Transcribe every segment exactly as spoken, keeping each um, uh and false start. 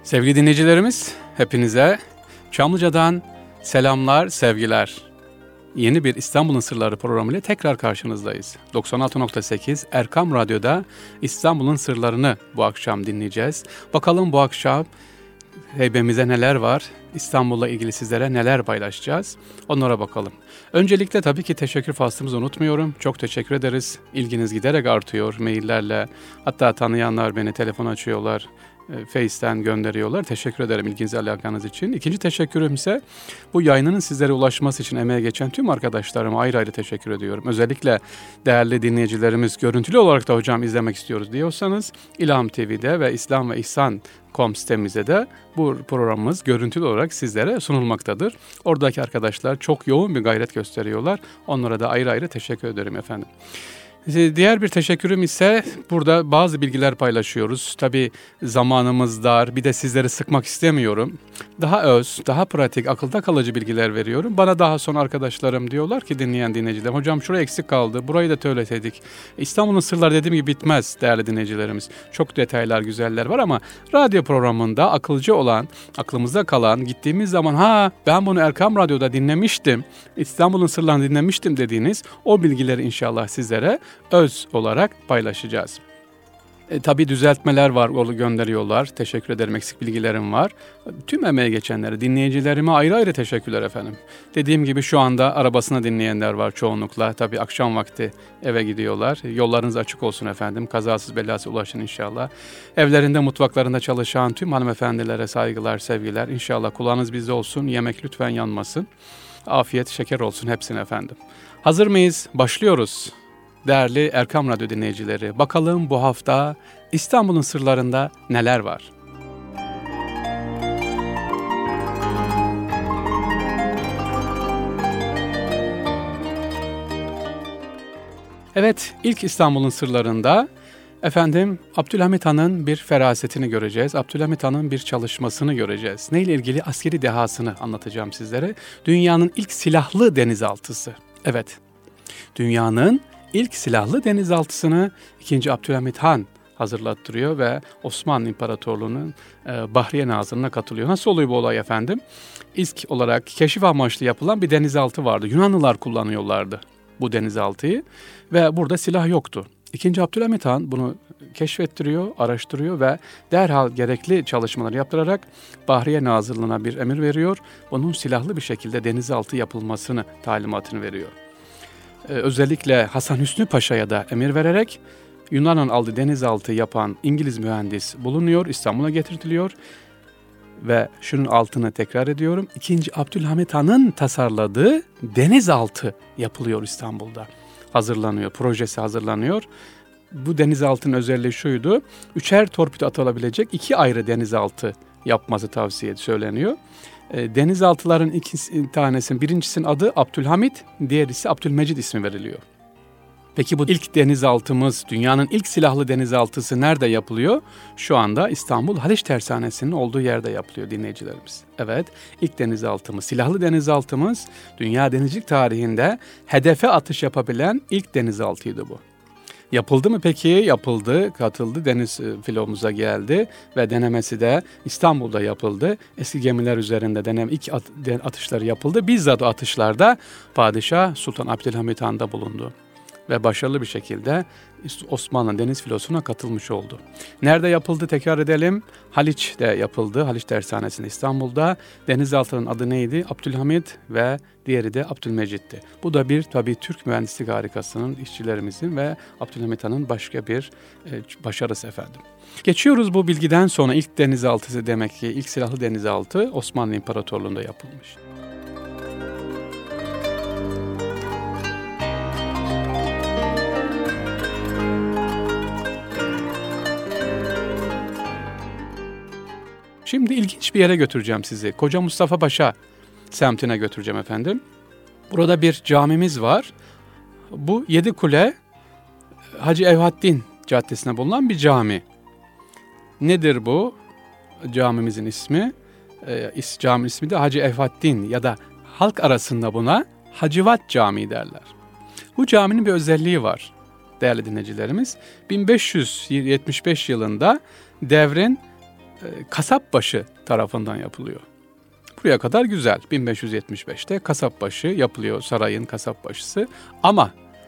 Sevgili dinleyicilerimiz, hepinize Çamlıca'dan selamlar, sevgiler. Yeni bir İstanbul'un Sırları programıyla tekrar karşınızdayız. doksan altı nokta sekiz Erkam Radyo'da İstanbul'un Sırlarını bu akşam dinleyeceğiz. Bakalım bu akşam heybemize neler var, İstanbul'la ilgili sizlere neler paylaşacağız, onlara bakalım. Öncelikle tabii ki teşekkür faslımızı unutmuyorum. Çok teşekkür ederiz. İlginiz giderek artıyor maillerle. Hatta tanıyanlar beni telefon açıyorlar. Face'ten gönderiyorlar. Teşekkür ederim ilginizi, alakanız için. İkinci teşekkürüm ise bu yayının sizlere ulaşması için emeğe geçen tüm arkadaşlarıma ayrı ayrı teşekkür ediyorum. Özellikle değerli dinleyicilerimiz görüntülü olarak da hocam izlemek istiyoruz diyorsanız İlham T V'de ve İslam ve İhsan nokta com sitemizde de bu programımız görüntülü olarak sizlere sunulmaktadır. Oradaki arkadaşlar çok yoğun bir gayret gösteriyorlar. Onlara da ayrı ayrı teşekkür ederim efendim. Diğer bir teşekkürüm ise burada bazı bilgiler paylaşıyoruz. Tabii zamanımız dar, bir de sizleri sıkmak istemiyorum. Daha öz, daha pratik, akılda kalıcı bilgiler veriyorum. Bana daha sonra arkadaşlarım diyorlar ki, dinleyen dinleyiciler, hocam şuraya eksik kaldı, burayı da söyledik. İstanbul'un Sırları dediğim gibi bitmez değerli dinleyicilerimiz. Çok detaylar, güzeller var ama radyo programında akılcı olan, aklımızda kalan, gittiğimiz zaman ha ben bunu Erkam Radyo'da dinlemiştim, İstanbul'un Sırlarını dinlemiştim dediğiniz o bilgileri inşallah sizlere öz olarak paylaşacağız. E, tabii düzeltmeler var, onu gönderiyorlar. Teşekkür ederim, eksik bilgilerim var. Tüm emeğe geçenlere, dinleyicilerime ayrı ayrı teşekkürler efendim. Dediğim gibi şu anda arabasına dinleyenler var çoğunlukla. Tabii akşam vakti eve gidiyorlar. Yollarınız açık olsun efendim. Kazasız belasız ulaşın inşallah. Evlerinde, mutfaklarında çalışan tüm hanımefendilere saygılar, sevgiler. İnşallah kulağınız bizde olsun. Yemek lütfen yanmasın. Afiyet, şeker olsun hepsine efendim. Hazır mıyız? Başlıyoruz. Değerli Erkam Radyo dinleyicileri, bakalım bu hafta İstanbul'un sırlarında neler var? Evet, ilk İstanbul'un sırlarında efendim Abdülhamit Han'ın bir ferasetini göreceğiz. Abdülhamit Han'ın bir çalışmasını göreceğiz. Neyle ilgili? Askeri dehasını anlatacağım sizlere. Dünyanın ilk silahlı denizaltısı. Evet, dünyanın İlk silahlı denizaltısını ikinci. Abdülhamit Han hazırlattırıyor ve Osmanlı İmparatorluğu'nun e, Bahriye Nazırı'na katılıyor. Nasıl oluyor bu olay efendim? İlk olarak keşif amaçlı yapılan bir denizaltı vardı. Yunanlılar kullanıyorlardı bu denizaltıyı ve burada silah yoktu. ikinci. Abdülhamit Han bunu keşfettiriyor, araştırıyor ve derhal gerekli çalışmaları yaptırarak Bahriye Nazırlığı'na bir emir veriyor. Bunun silahlı bir şekilde denizaltı yapılmasını, talimatını veriyor. Özellikle Hasan Hüsnü Paşa'ya da emir vererek Yunan'ın aldığı denizaltı yapan İngiliz mühendis bulunuyor, İstanbul'a getirtiliyor ve şunun altını tekrar ediyorum. ikinci. Abdülhamit Han'ın tasarladığı denizaltı yapılıyor İstanbul'da. Hazırlanıyor, projesi hazırlanıyor. Bu denizaltının özelliği şuydu: üçer torpido atılabilecek iki ayrı denizaltı yapması tavsiye söyleniyor. Denizaltıların iki tanesinin, birincisinin adı Abdülhamit, diğerisi Abdülmecid ismi veriliyor. Peki bu ilk denizaltımız, dünyanın ilk silahlı denizaltısı nerede yapılıyor? Şu anda İstanbul Haliç Tersanesi'nin olduğu yerde yapılıyor dinleyicilerimiz. Evet, ilk denizaltımız, silahlı denizaltımız dünya denizcilik tarihinde hedefe atış yapabilen ilk denizaltıydı bu. Yapıldı mı peki? Yapıldı, katıldı, deniz filomuza geldi ve denemesi de İstanbul'da yapıldı. Eski gemiler üzerinde deneme ilk at, atışları yapıldı. Bizzat o atışlarda Padişah Sultan Abdülhamit Han'da bulundu ve başarılı bir şekilde Osmanlı deniz filosuna katılmış oldu. Nerede yapıldı tekrar edelim? Haliç'te yapıldı. Haliç Tersanesi'nde İstanbul'da. Denizaltının adı neydi? Abdülhamit ve diğeri de Abdülmecid'ti. Bu da bir tabii Türk mühendislik harikasının, işçilerimizin ve Abdülhamit Han'ın başka bir e, başarısı efendim. Geçiyoruz bu bilgiden sonra ilk denizaltısı, demek ki ilk silahlı denizaltı Osmanlı İmparatorluğu'nda yapılmış. Şimdi ilginç bir yere götüreceğim sizi. Koca Mustafa Paşa semtine götüreceğim efendim. Burada bir camimiz var. Bu Yedikule Hacı Evhaddin Caddesi'ne bulunan bir cami. Nedir bu? Camimizin ismi. Ee, caminin ismi de Hacı Evhaddin ya da halk arasında buna Hacivat Camii derler. Bu caminin bir özelliği var değerli dinleyicilerimiz. bin beş yüz yetmiş beş yılında devrin e, Kasapbaşı tarafından yapılıyor. Buraya kadar güzel. bin beş yüz yetmiş beşte Kasapbaşı yapılıyor, sarayın Kasapbaşısı. Ama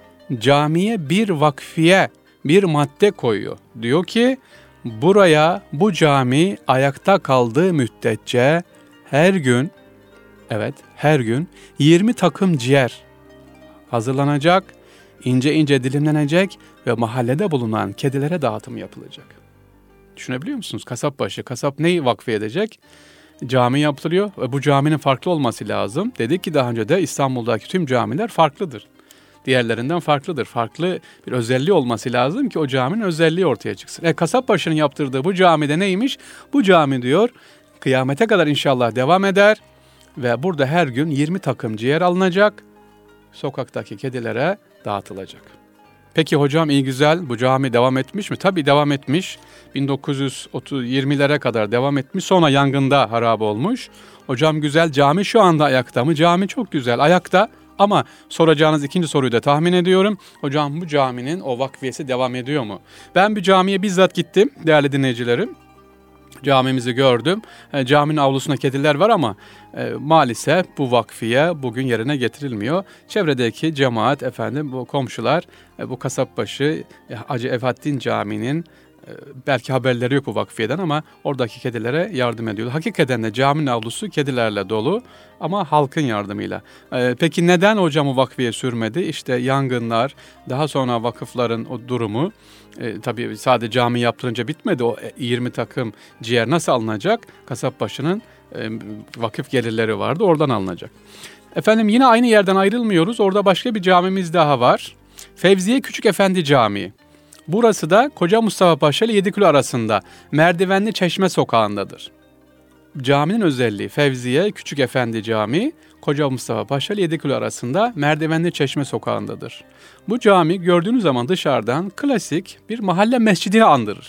camiye bir vakfiye bir madde koyuyor. Diyor ki buraya, bu cami ayakta kaldığı müddetçe her gün, evet her gün yirmi takım ciğer hazırlanacak, ince ince dilimlenecek ve mahallede bulunan kedilere dağıtım yapılacak. Düşünebiliyor musunuz? Kasapbaşı, kasap neyi vakfe edecek? Cami yaptırıyor ve bu caminin farklı olması lazım. Dedik ki daha önce de İstanbul'daki tüm camiler farklıdır. Diğerlerinden farklıdır. Farklı bir özelliği olması lazım ki o caminin özelliği ortaya çıksın. E Kasapbaşı'nın yaptırdığı bu camide neymiş? Bu cami diyor kıyamete kadar inşallah devam eder ve burada her gün yirmi takım ciğer alınacak, sokaktaki kedilere dağıtılacak. Peki hocam iyi güzel, bu cami devam etmiş mi? Tabii devam etmiş. bin dokuz yüz yirmilere kadar devam etmiş. Sonra yangında harap olmuş. Hocam güzel, cami şu anda ayakta mı? Cami çok güzel ayakta ama soracağınız ikinci soruyu da tahmin ediyorum. Hocam bu caminin o vakfiyesi devam ediyor mu? Ben bir camiye bizzat gittim değerli dinleyicilerim. Camimizi gördüm. E, caminin avlusunda kediler var ama e, maalesef bu vakfiye bugün yerine getirilmiyor. Çevredeki cemaat, efendim bu komşular, e, bu Kasapbaşı e, Hacı Efaddin Camii'nin e, belki haberleri yok bu vakfiyeden ama oradaki kedilere yardım ediyor. Hakikaten de caminin avlusu kedilerle dolu ama halkın yardımıyla. E, peki neden hocam o vakfiye sürmedi? İşte yangınlar, daha sonra vakıfların o durumu. E, tabii sadece cami yaptırınca bitmedi. O yirmi takım ciğer nasıl alınacak? Kasapbaşı'nın e, vakıf gelirleri vardı, oradan alınacak. Efendim yine aynı yerden ayrılmıyoruz. Orada başka bir camimiz daha var. Fevziye Küçükefendi Camii. Burası da Koca Mustafa Paşa ile Yedikule arasında Merdivenli Çeşme sokağındadır. Caminin özelliği Fevziye Küçükefendi Camii, Koca Mustafa Paşa ile Yedikule arasında Merdivenli Çeşme sokağındadır. Bu cami gördüğünüz zaman dışarıdan klasik bir mahalle mescidini andırır.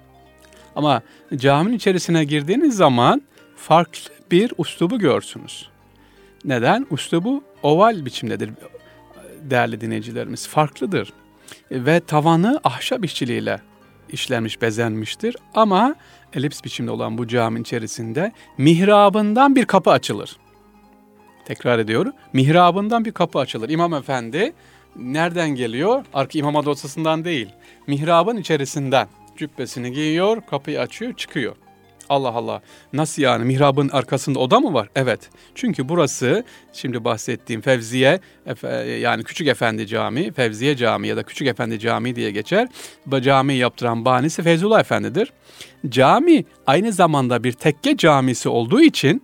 Ama caminin içerisine girdiğiniz zaman farklı bir üslubu görsünüz. Neden? Üslubu oval biçimdedir değerli dinleyicilerimiz. Farklıdır. Ve tavanı ahşap işçiliğiyle işlenmiş, bezenmiştir. Ama elips biçimde olan bu caminin içerisinde mihrabından bir kapı açılır. Tekrar ediyorum. Mihrabından bir kapı açılır. İmam Efendi nereden geliyor? Arka imam odasından değil. Mihrabın içerisinden cübbesini giyiyor, kapıyı açıyor, çıkıyor. Allah Allah. Nasıl yani? Mihrabın arkasında oda mı var? Evet. Çünkü burası şimdi bahsettiğim Fevziye yani Küçükefendi Camii, Fevziye Camii ya da Küçükefendi Camii diye geçer. Bu camiyi yaptıran banisi Feyzullah Efendi'dir. Cami aynı zamanda bir tekke camisi olduğu için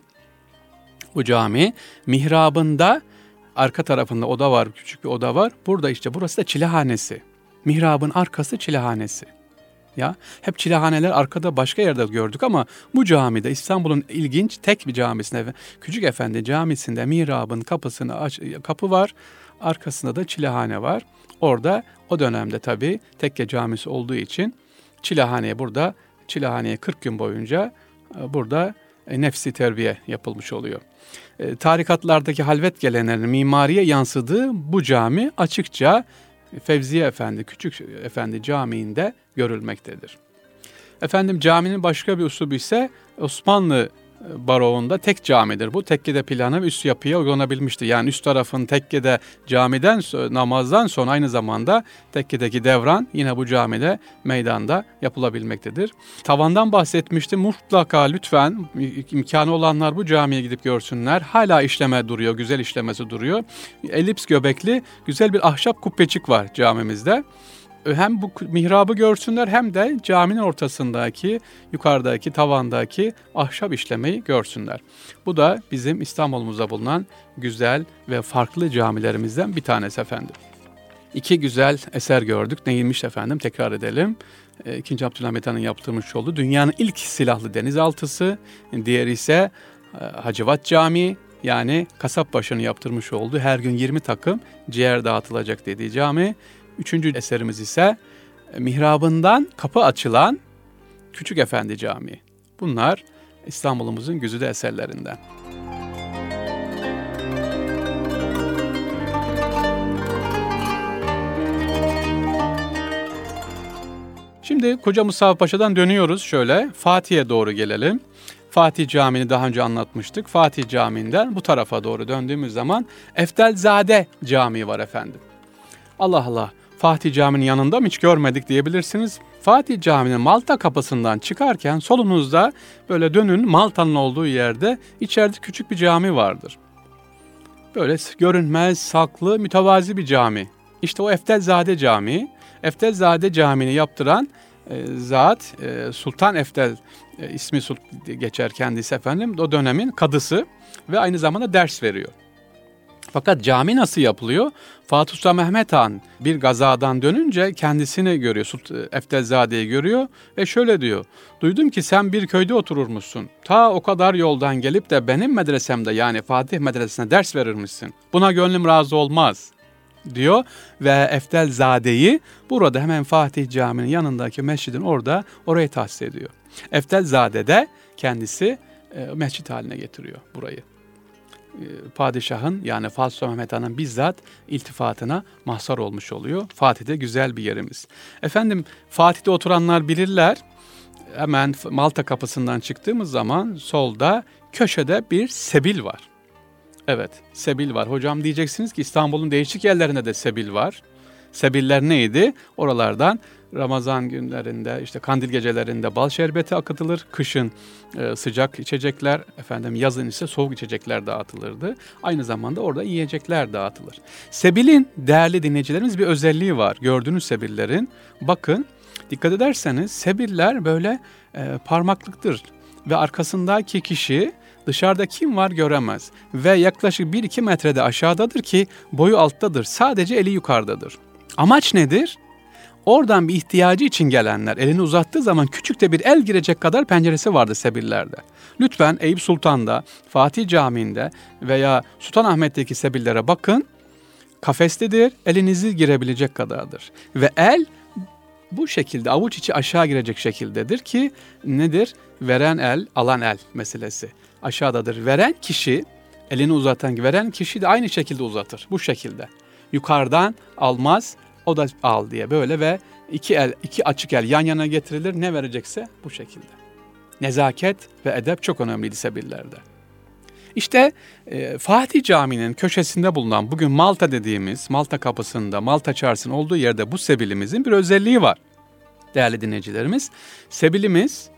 bu cami mihrabında arka tarafında oda var, küçük bir oda var. Burada işte burası da çilehanesi. Mihrabın arkası çilehanesi. Ya hep çilehaneler arkada başka yerde gördük ama bu camide İstanbul'un ilginç tek bir camisinde Küçükefendi Camisi'nde mihrabın kapısını aç, kapı var. Arkasında da çilehane var. Orada o dönemde tabii tekke camisi olduğu için çilehaneye burada çilehaneye kırk gün boyunca burada e, nefsi terbiye yapılmış oluyor. E, tarikatlardaki halvet gelenlerin mimariye yansıdığı bu cami açıkça Fevziye Efendi, Küçük Efendi Camii'nde görülmektedir. Efendim caminin başka bir üslubu ise Osmanlı Baroğu'nda tek camidir. Bu tekkede planı üst yapıya uygulanabilmiştir. Yani üst tarafın tekkede camiden namazdan sonra aynı zamanda tekkedeki devran yine bu camide meydanda yapılabilmektedir. Tavandan bahsetmiştim. Mutlaka lütfen imkanı olanlar bu camiye gidip görsünler. Hala işleme duruyor, güzel işlemesi duruyor. Elips göbekli güzel bir ahşap kubbecik var camimizde. Hem bu mihrabı görsünler hem de caminin ortasındaki, yukarıdaki, tavandaki ahşap işlemeyi görsünler. Bu da bizim İstanbul'umuzda bulunan güzel ve farklı camilerimizden bir tanesi efendim. İki güzel eser gördük. Neymiş efendim? Tekrar edelim. İkinci Abdülhamit Han'ın yaptırmış olduğu dünyanın ilk silahlı denizaltısı. Diğeri ise Hacivat Camii. Yani Kasapbaşı'nın yaptırmış olduğu her gün yirmi takım ciğer dağıtılacak dediği cami. Üçüncü eserimiz ise mihrabından kapı açılan Küçükefendi Camii. Bunlar İstanbul'umuzun güzide eserlerinden. Şimdi Koca Mustafa Paşa'dan dönüyoruz şöyle. Fatih'e doğru gelelim. Fatih Camii'ni daha önce anlatmıştık. Fatih Camii'nden bu tarafa doğru döndüğümüz zaman Eftelzade Camii var efendim. Allah Allah, Fatih Camii'nin yanında mı hiç görmedik diyebilirsiniz. Fatih Camii'nin Malta kapısından çıkarken solunuzda böyle dönün, Malta'nın olduğu yerde içeride küçük bir cami vardır. Böyle görünmez, saklı, mütevazi bir cami. İşte o Eftelzade Camii. Eftelzade Camii'ni yaptıran e, zat e, Sultan Eftel e, ismi geçer kendisi efendim. O dönemin kadısı ve aynı zamanda ders veriyor. Fakat cami nasıl yapılıyor? Fatih Sultan Mehmet Han bir gazadan dönünce kendisini görüyor, Sultan Eftelzade'yi görüyor ve şöyle diyor. Duydum ki sen bir köyde otururmuşsun. Ta o kadar yoldan gelip de benim medresemde yani Fatih Medresesi'ne ders verirmişsin. Buna gönlüm razı olmaz diyor ve Eftelzade'yi burada hemen Fatih Camii'nin yanındaki mescidin orada orayı tahsis ediyor. Eftelzade de kendisi e, mescit haline getiriyor burayı. Padişahın yani Fatih Sultan Mehmet Han'ın bizzat iltifatına mazhar olmuş oluyor. Fatih'te güzel bir yerimiz. Efendim Fatih'te oturanlar bilirler. Hemen Malta kapısından çıktığımız zaman solda köşede bir sebil var. Evet, sebil var. Hocam diyeceksiniz ki İstanbul'un değişik yerlerinde de sebil var. Sebiller neydi? Oralardan Ramazan günlerinde, işte kandil gecelerinde bal şerbeti akıtılır. Kışın e, sıcak içecekler, efendim yazın ise soğuk içecekler dağıtılırdı. Aynı zamanda orada yiyecekler dağıtılır. Sebilin değerli dinleyicilerimiz bir özelliği var. Gördüğünüz sebillerin, bakın dikkat ederseniz sebiller böyle e, parmaklıktır ve arkasındaki kişi dışarıda kim var göremez ve yaklaşık bir iki metrede aşağıdadır ki boyu alttadır. Sadece eli yukarıdadır. Amaç nedir? Oradan bir ihtiyacı için gelenler elini uzattığı zaman küçük de bir el girecek kadar penceresi vardı sebillerde. Lütfen Eyüp Sultan'da, Fatih Camii'nde veya Sultanahmet'teki sebillere bakın. Kafeslidir, elinizi girebilecek kadardır. Ve el bu şekilde avuç içi aşağı girecek şekildedir ki nedir? Veren el, alan el meselesi. Aşağıdadır. Veren kişi, elini uzatan, veren kişi de aynı şekilde uzatır. Bu şekilde. Yukarıdan almaz, o da al diye böyle ve iki el, iki açık el yan yana getirilir. Ne verecekse bu şekilde. Nezaket ve edep çok önemliydi sebillerde. İşte e, Fatih Camii'nin köşesinde bulunan bugün Malta dediğimiz Malta kapısında, Malta Çarşısı'nın olduğu yerde bu sebilimizin bir özelliği var. Değerli dinleyicilerimiz, sebilimiz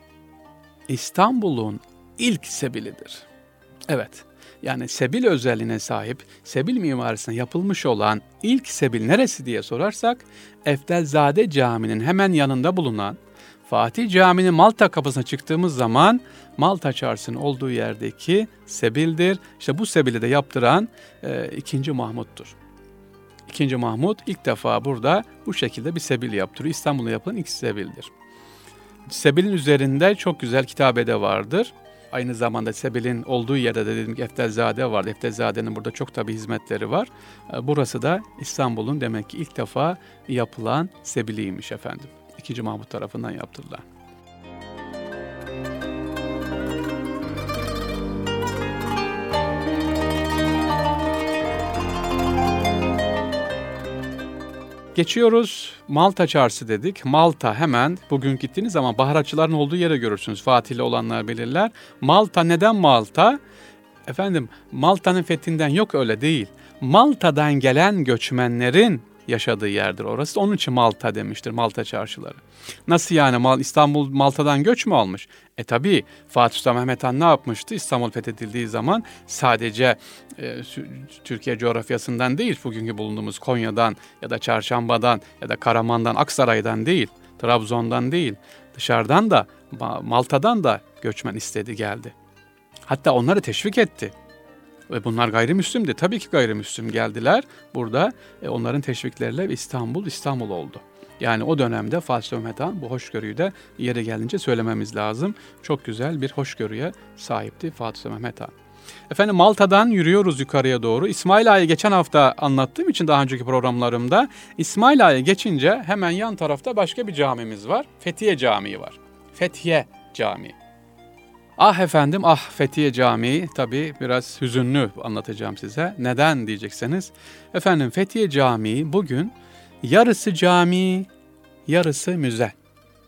İstanbul'un ilk sebilidir. Evet, yani sebil özelliğine sahip, sebil mimarisine yapılmış olan ilk sebil neresi diye sorarsak, Eftelzade Camii'nin hemen yanında bulunan Fatih Camii'nin Malta kapısına çıktığımız zaman Malta Çarşısı'nın olduğu yerdeki sebildir. İşte bu sebili de yaptıran e, ikinci Mahmut'tur. İkinci Mahmut ilk defa burada bu şekilde bir sebil yaptırıyor. İstanbul'da yapılan ilk sebildir. Sebilin üzerinde çok güzel kitabede vardır. Aynı zamanda sebilin olduğu yerde de dedim ki Eftelzade vardı. Eftelzade'nin burada çok tabii hizmetleri var. Burası da İstanbul'un demek ki ilk defa yapılan sebiliymiş efendim. İkinci Mahmut tarafından yaptırılan. Geçiyoruz. Malta Çarşısı dedik. Malta hemen bugün gittiğiniz zaman baharatçıların olduğu yere görürsünüz. Fatihli olanlar bilirler. Malta neden Malta? Efendim Malta'nın fethinden yok öyle değil. Malta'dan gelen göçmenlerin yaşadığı yerdir orası. Onun için Malta demiştir, Malta çarşıları. Nasıl yani İstanbul Malta'dan göç mü almış? E tabi Fatih Sultan Mehmet Han ne yapmıştı? İstanbul fethedildiği zaman sadece e, Türkiye coğrafyasından değil, bugünkü bulunduğumuz Konya'dan ya da Çarşamba'dan ya da Karaman'dan, Aksaray'dan değil, Trabzon'dan değil, dışarıdan da Malta'dan da göçmen istedi geldi. Hatta onları teşvik etti. Ve bunlar gayrimüslimdi. Tabii ki gayrimüslim geldiler. Burada e, onların teşvikleriyle İstanbul, İstanbul oldu. Yani o dönemde Fatih Sultan Mehmet Han bu hoşgörüyü de yere gelince söylememiz lazım. Çok güzel bir hoşgörüye sahipti Fatih Sultan Mehmet Han. Efendim Malta'dan yürüyoruz yukarıya doğru. İsmail Ağa'yı geçen hafta anlattığım için daha önceki programlarımda İsmail Ağa'ya geçince hemen yan tarafta başka bir camimiz var. Fethiye Camii var. Fethiye Camii. Ah efendim, ah Fethiye Camii, tabii biraz hüzünlü anlatacağım size. Neden diyecekseniz, efendim Fethiye Camii bugün yarısı cami, yarısı müze.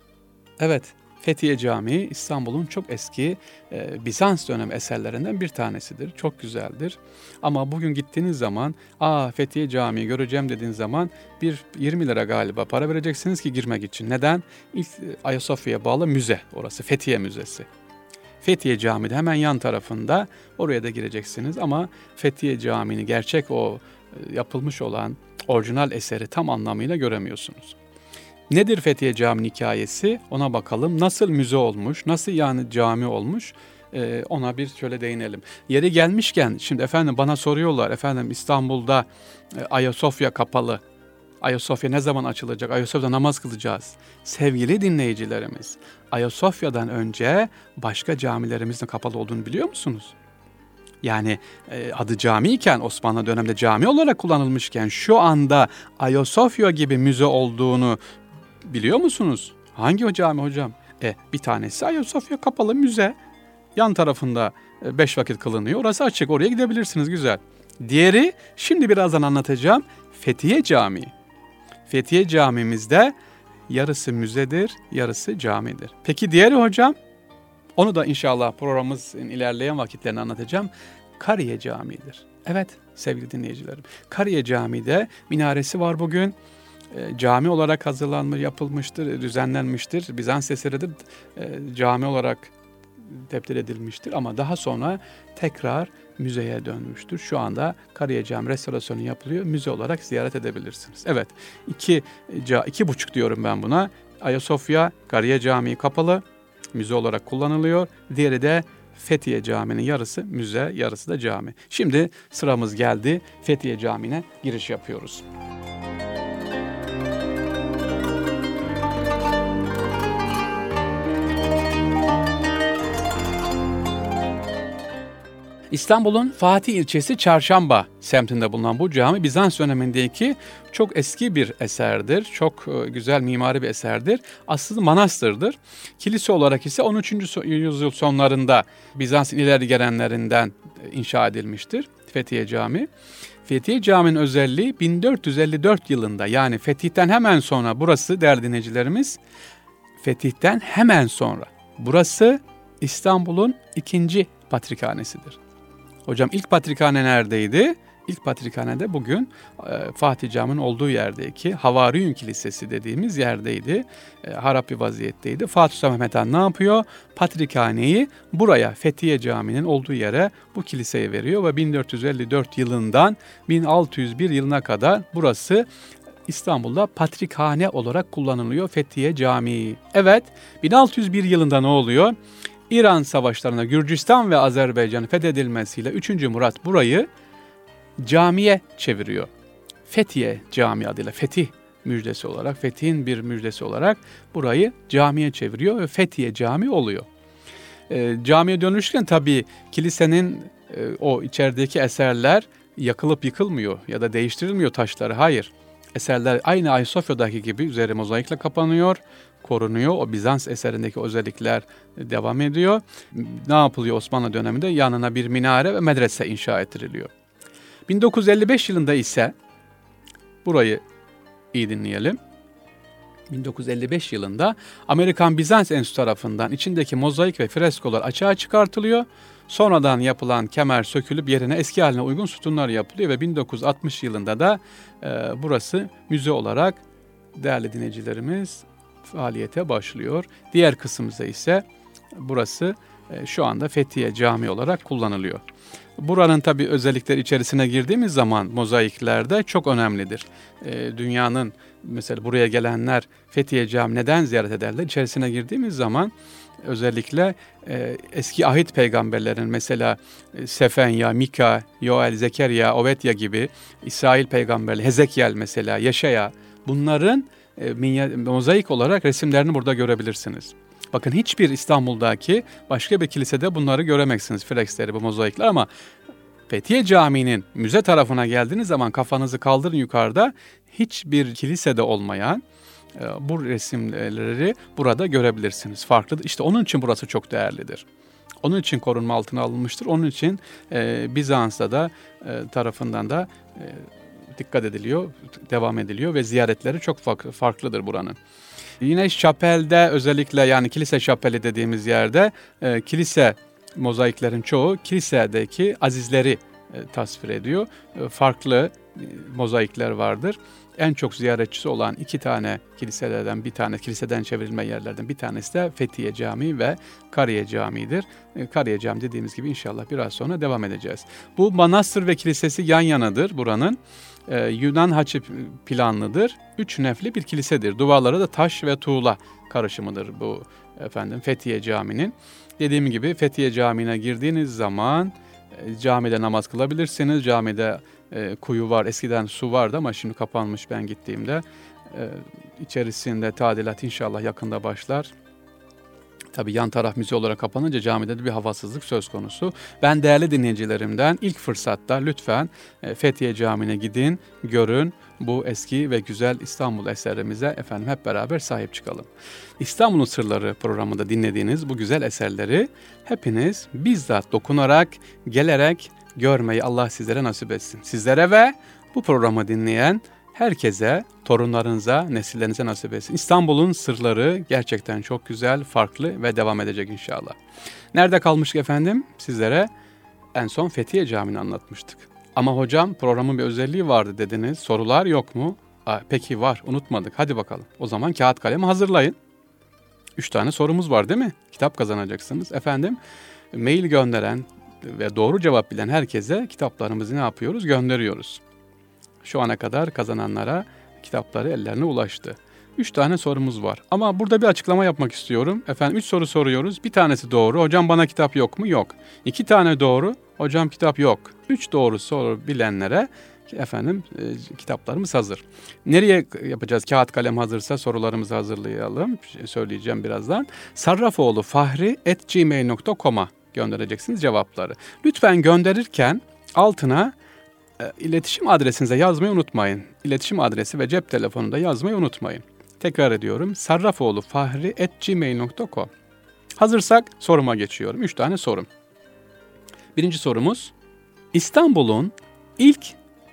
Evet, Fethiye Camii İstanbul'un çok eski e, Bizans dönemi eserlerinden bir tanesidir. Çok güzeldir. Ama bugün gittiğiniz zaman, aa Fethiye Camii göreceğim dediğiniz zaman bir yirmi lira galiba para vereceksiniz ki girmek için. Neden? İlk e, Ayasofya'ya bağlı müze orası, Fethiye Müzesi. Fethiye Camii'de hemen yan tarafında, oraya da gireceksiniz ama Fethiye Camii'ni gerçek o e, yapılmış olan orijinal eseri tam anlamıyla göremiyorsunuz. Nedir Fethiye Camii'nin hikayesi? Ona bakalım. Nasıl müze olmuş, nasıl yani cami olmuş? Ee, ona bir şöyle değinelim. Yeri gelmişken, şimdi efendim bana soruyorlar, efendim İstanbul'da e, Ayasofya kapalı. Ayasofya ne zaman açılacak? Ayasofya'da namaz kılacağız. Sevgili dinleyicilerimiz, Ayasofya'dan önce başka camilerimizin kapalı olduğunu biliyor musunuz? Yani e, adı cami iken, Osmanlı döneminde cami olarak kullanılmışken şu anda Ayasofya gibi müze olduğunu biliyor musunuz? Hangi o cami hocam? E, bir tanesi Ayasofya kapalı müze. Yan tarafında e, beş vakit kılınıyor. Orası açık. Oraya gidebilirsiniz. Güzel. Diğeri şimdi birazdan anlatacağım. Fethiye Camii. Fethiye Camimizde yarısı müzedir, yarısı camidir. Peki diğeri hocam? Onu da inşallah programımızın ilerleyen vakitlerini anlatacağım. Kariye Camii'dir. Evet sevgili dinleyicilerim. Kariye Camii'de minaresi var bugün. E, cami olarak hazırlanmış, yapılmıştır, düzenlenmiştir. Bizans eseridir. E, cami olarak tebdil edilmiştir ama daha sonra tekrar müzeye dönmüştür. Şu anda Kariye Camii restorasyonu yapılıyor. Müze olarak ziyaret edebilirsiniz. Evet, iki, iki buçuk diyorum ben buna. Ayasofya, Kariye Camii kapalı, müze olarak kullanılıyor. Diğeri de Fethiye Camii'nin yarısı müze, yarısı da cami. Şimdi sıramız geldi. Fethiye Camii'ne giriş yapıyoruz. İstanbul'un Fatih ilçesi Çarşamba semtinde bulunan bu cami Bizans dönemindeki çok eski bir eserdir. Çok güzel mimari bir eserdir. Aslında manastırdır. Kilise olarak ise on üçüncü yüzyıl sonlarında Bizans'ın ileri gelenlerinden inşa edilmiştir Fethiye Camii. Fethiye Camii'nin özelliği bin dört yüz elli dört yılında, yani Fetih'ten hemen sonra, burası değerli dinleyicilerimiz, Fetih'ten hemen sonra burası İstanbul'un ikinci patrikhanesidir. Hocam ilk patrikhane neredeydi? İlk patrikhane de bugün e, Fatih Camii'nin olduğu yerdeki Havariyun Kilisesi dediğimiz yerdeydi. E, harap bir vaziyetteydi. Fatih Sultan Mehmet Han ne yapıyor? Patrikhaneyi buraya, Fethiye Camii'nin olduğu yere, bu kiliseye veriyor ve bin dört yüz elli dört yılından bin altı yüz bir yılına kadar burası İstanbul'da patrikhane olarak kullanılıyor, Fethiye Camii. Evet, bin altı yüz bir yılında ne oluyor? İran savaşlarına Gürcistan ve Azerbaycan'ın fethedilmesiyle üçüncü Murat burayı camiye çeviriyor. Fethiye Camii adıyla, Fetih müjdesi olarak, Fetih'in bir müjdesi olarak burayı camiye çeviriyor ve Fethiye Camii oluyor. E, camiye dönüşken tabii kilisenin e, o içerideki eserler yakılıp yıkılmıyor ya da değiştirilmiyor taşları. Hayır. Eserler aynı Ayasofya'daki gibi üzeri mozaikle kapanıyor, korunuyor. O Bizans eserindeki özellikler devam ediyor. Ne yapılıyor Osmanlı döneminde? Yanına bir minare ve medrese inşa ettiriliyor. bin dokuz yüz elli beş yılında ise, burayı iyi dinleyelim, bin dokuz yüz elli beş yılında Amerikan Bizans Enstitüsü tarafından içindeki mozaik ve freskolar açığa çıkartılıyor. Sonradan yapılan kemer sökülüp yerine eski haline uygun sütunlar yapılıyor ve bin dokuz yüz altmış yılında da e, burası müze olarak değerli dinleyicilerimiz faaliyete başlıyor. Diğer kısımda ise burası e, şu anda Fethiye Camii olarak kullanılıyor. Buranın tabii özellikleri içerisine girdiğimiz zaman mozaiklerde çok önemlidir. E, dünyanın mesela buraya gelenler Fethiye Camii neden ziyaret ederler? İçerisine girdiğimiz zaman özellikle e, eski ahit peygamberlerin, mesela e, Sefenya, Mika, Yoel, Zekeriya, Ovetya gibi, İsrail peygamberleri, Hezekiel mesela, Yeşaya, bunların e, mozaik olarak resimlerini burada görebilirsiniz. Bakın hiçbir İstanbul'daki başka bir kilisede bunları göremezsiniz, freksleri, bu mozaikler, ama Fethiye Camii'nin müze tarafına geldiğiniz zaman kafanızı kaldırın yukarıda, hiçbir kilisede olmayan bu resimleri burada görebilirsiniz. Farklıdır. İşte onun için burası çok değerlidir. Onun için korunma altına alınmıştır. Onun için e, Bizans'ta da e, tarafından da e, dikkat ediliyor, devam ediliyor ve ziyaretleri çok farklıdır buranın. Yine şapelde özellikle yani kilise şapeli dediğimiz yerde e, kilise mozaiklerin çoğu kilisedeki azizleri e, tasvir ediyor. E, farklı e, mozaikler vardır. En çok ziyaretçisi olan iki tane kiliselerden bir tane, kiliseden çevrilme yerlerden bir tanesi de Fethiye Camii ve Kariye Camii'dir. E, Kariye Camii dediğimiz gibi inşallah biraz sonra devam edeceğiz. Bu manastır ve kilisesi yan yanadır buranın. Ee, Yunan haçı planlıdır. Üç nefli bir kilisedir. Duvarları da taş ve tuğla karışımıdır bu efendim Fethiye Camii'nin. Dediğim gibi Fethiye Camii'ne girdiğiniz zaman e, camide namaz kılabilirsiniz. Camide e, kuyu var. Eskiden su vardı ama şimdi kapanmış ben gittiğimde. E, içerisinde tadilat inşallah yakında başlar. Tabii yan taraf müze olarak kapanınca camide de bir havasızlık söz konusu. Ben değerli dinleyicilerimden ilk fırsatta lütfen Fethiye Camii'ne gidin, görün. Bu eski ve güzel İstanbul eserimize efendim hep beraber sahip çıkalım. İstanbul'un Sırları programında dinlediğiniz bu güzel eserleri hepiniz bizzat dokunarak, gelerek görmeyi Allah sizlere nasip etsin. Sizlere ve bu programı dinleyen herkese, torunlarınıza, nesillerinize nasip etsin. İstanbul'un sırları gerçekten çok güzel, farklı ve devam edecek inşallah. Nerede kalmıştık efendim? Sizlere en son Fethiye Camii'ni anlatmıştık. Ama hocam programın bir özelliği vardı dediniz. Sorular yok mu? Aa, peki var, unutmadık. Hadi bakalım. O zaman kağıt kalemi hazırlayın. Üç tane sorumuz var değil mi? Kitap kazanacaksınız. Efendim, mail gönderen ve doğru cevap bilen herkese kitaplarımızı ne yapıyoruz? Gönderiyoruz. Şu ana kadar kazananlara kitapları ellerine ulaştı. Üç tane sorumuz var. Ama burada bir açıklama yapmak istiyorum. Efendim üç soru soruyoruz. Bir tanesi doğru. Hocam bana kitap yok mu? Yok. İki tane doğru. Hocam kitap yok. Üç doğru soru bilenlere efendim e, kitaplarımız hazır. Nereye yapacağız? Kağıt kalem hazırsa sorularımızı hazırlayalım. Söyleyeceğim birazdan. sarrafoğlu fahri at gmail nokta com'a göndereceksiniz cevapları. Lütfen gönderirken altına İletişim adresinize yazmayı unutmayın. İletişim adresi ve cep telefonunda yazmayı unutmayın. Tekrar ediyorum. sarrafoğlu fahri at gmail nokta com. Hazırsak soruma geçiyorum. Üç tane sorum. Birinci sorumuz. İstanbul'un ilk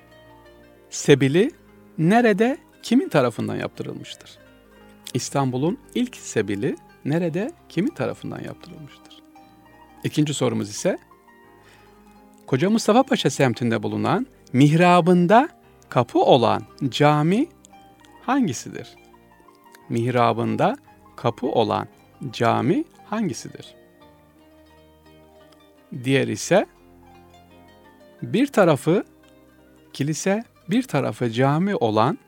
sebili nerede, kimin tarafından yaptırılmıştır? İstanbul'un ilk sebili nerede, kimin tarafından yaptırılmıştır? İkinci sorumuz ise Koca Mustafa Paşa semtinde bulunan mihrabında kapı olan cami hangisidir? Mihrabında kapı olan cami hangisidir? Diğer ise bir tarafı kilise, bir tarafı cami olan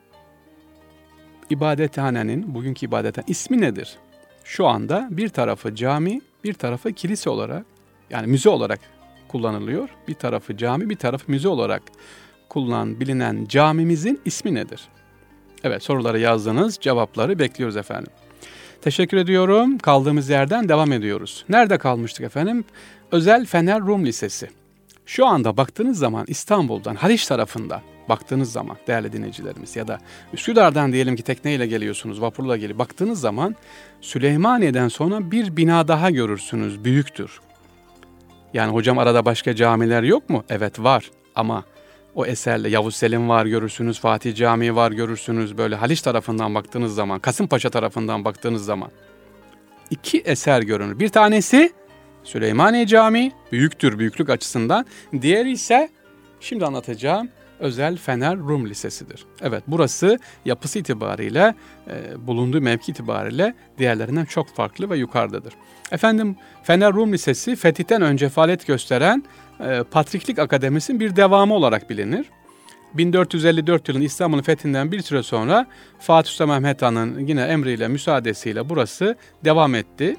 ibadethanenin, bugünkü ibadethane ismi nedir? Şu anda bir tarafı cami, bir tarafı kilise olarak, yani müze olarak kullanılıyor. Bir tarafı cami, bir tarafı müze olarak kullanılan, bilinen camimizin ismi nedir? Evet, soruları yazdınız, cevapları bekliyoruz efendim. Teşekkür ediyorum. Kaldığımız yerden devam ediyoruz. Nerede kalmıştık efendim? Özel Fener Rum Lisesi. Şu anda baktığınız zaman İstanbul'dan, Haliç tarafından baktığınız zaman değerli dinleyicilerimiz ya da Üsküdar'dan diyelim ki tekneyle geliyorsunuz, vapurla gelip baktığınız zaman Süleymaniye'den sonra bir bina daha görürsünüz, büyüktür. Yani hocam arada başka camiler yok mu? Evet var ama o eserle Yavuz Selim var görürsünüz, Fatih Camii var görürsünüz. Böyle Haliç tarafından baktığınız zaman, Kasımpaşa tarafından baktığınız zaman iki eser görünür. Bir tanesi Süleymaniye Camii, büyüktür büyüklük açısından. Diğeri ise şimdi anlatacağım Özel Fener Rum Lisesi'dir. Evet, burası yapısı itibariyle, e, bulunduğu mevki itibariyle diğerlerinden çok farklı ve yukarıdadır. Efendim, Fener Rum Lisesi fetihten önce faaliyet gösteren e, Patriklik Akademisi'nin bir devamı olarak bilinir. bin dört yüz elli dört yılın İstanbul'un fethinden bir süre sonra Fatih Sultan Mehmet Han'ın yine emriyle, müsaadesiyle burası devam etti.